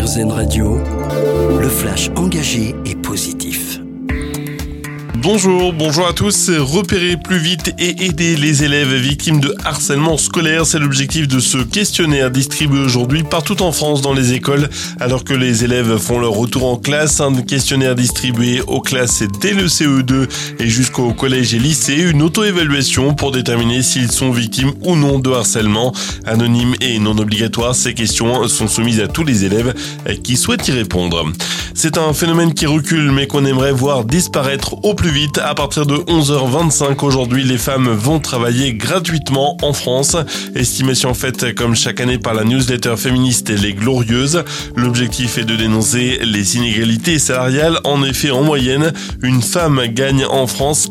RZN Radio, le flash engagé et positif. Bonjour à tous. Repérer plus vite et aider les élèves victimes de harcèlement scolaire, c'est l'objectif de ce questionnaire distribué aujourd'hui partout en France dans les écoles. Alors que les élèves font leur retour en classe, un questionnaire distribué aux classes dès le CE2 et jusqu'au collège et lycée, une auto-évaluation pour déterminer s'ils sont victimes ou non de harcèlement. Anonyme et non obligatoire, ces questions sont soumises à tous les élèves qui souhaitent y répondre. C'est un phénomène qui recule mais qu'on aimerait voir disparaître au plus vite. À partir de 11h25 aujourd'hui, les femmes vont travailler gratuitement en France. Estimation faite comme chaque année par la newsletter féministe Les Glorieuses. L'objectif est de dénoncer les inégalités salariales. En effet, en moyenne, une femme gagne en France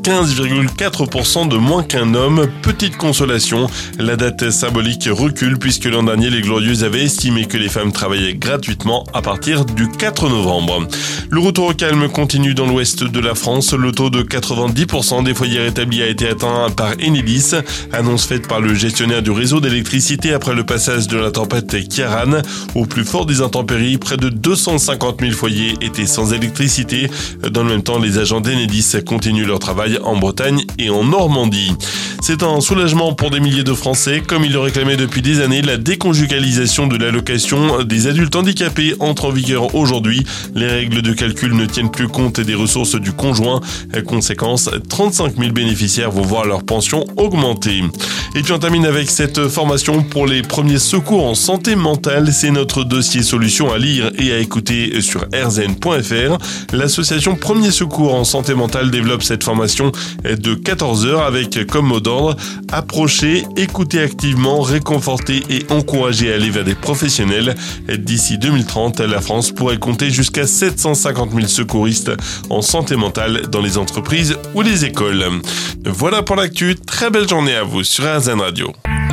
15,4% de moins qu'un homme. Petite consolation, la date symbolique recule puisque l'an dernier, Les Glorieuses avaient estimé que les femmes travaillaient gratuitement à partir du 4 novembre. Le retour au calme continue dans l'ouest de la France. Le taux de 90% des foyers rétablis a été atteint par Enedis. Annonce faite par le gestionnaire du réseau d'électricité après le passage de la tempête Ciaran. Au plus fort des intempéries, près de 250 000 foyers étaient sans électricité. Dans le même temps, les agents d'Enedis continuent leur travail en Bretagne et en Normandie. C'est un soulagement pour des milliers de Français. Comme ils le réclamaient depuis des années, la déconjugalisation de l'allocation des adultes handicapés entre en vigueur aujourd'hui. Les règles de calcul ne tiennent plus compte des ressources du conjoint. Conséquence, 35 000 bénéficiaires vont voir leur pension augmenter. Et puis on termine avec cette formation pour les premiers secours en santé mentale. C'est notre dossier solution à lire et à écouter sur rzn.fr. L'association Premiers Secours en santé mentale développe cette formation de 14 heures avec comme mot d'ordre approcher, écouter activement, réconforter et encourager à aller vers des professionnels. D'ici 2030, la France pourrait compter jusqu'à 750 000 secouristes en santé mentale dans les entreprises ou les écoles. Voilà pour l'actu. Très belle journée à vous sur RZN Radio.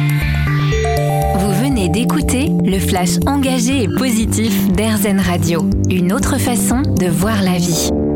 Vous venez d'écouter le flash engagé et positif d'RZN Radio. Une autre façon de voir la vie.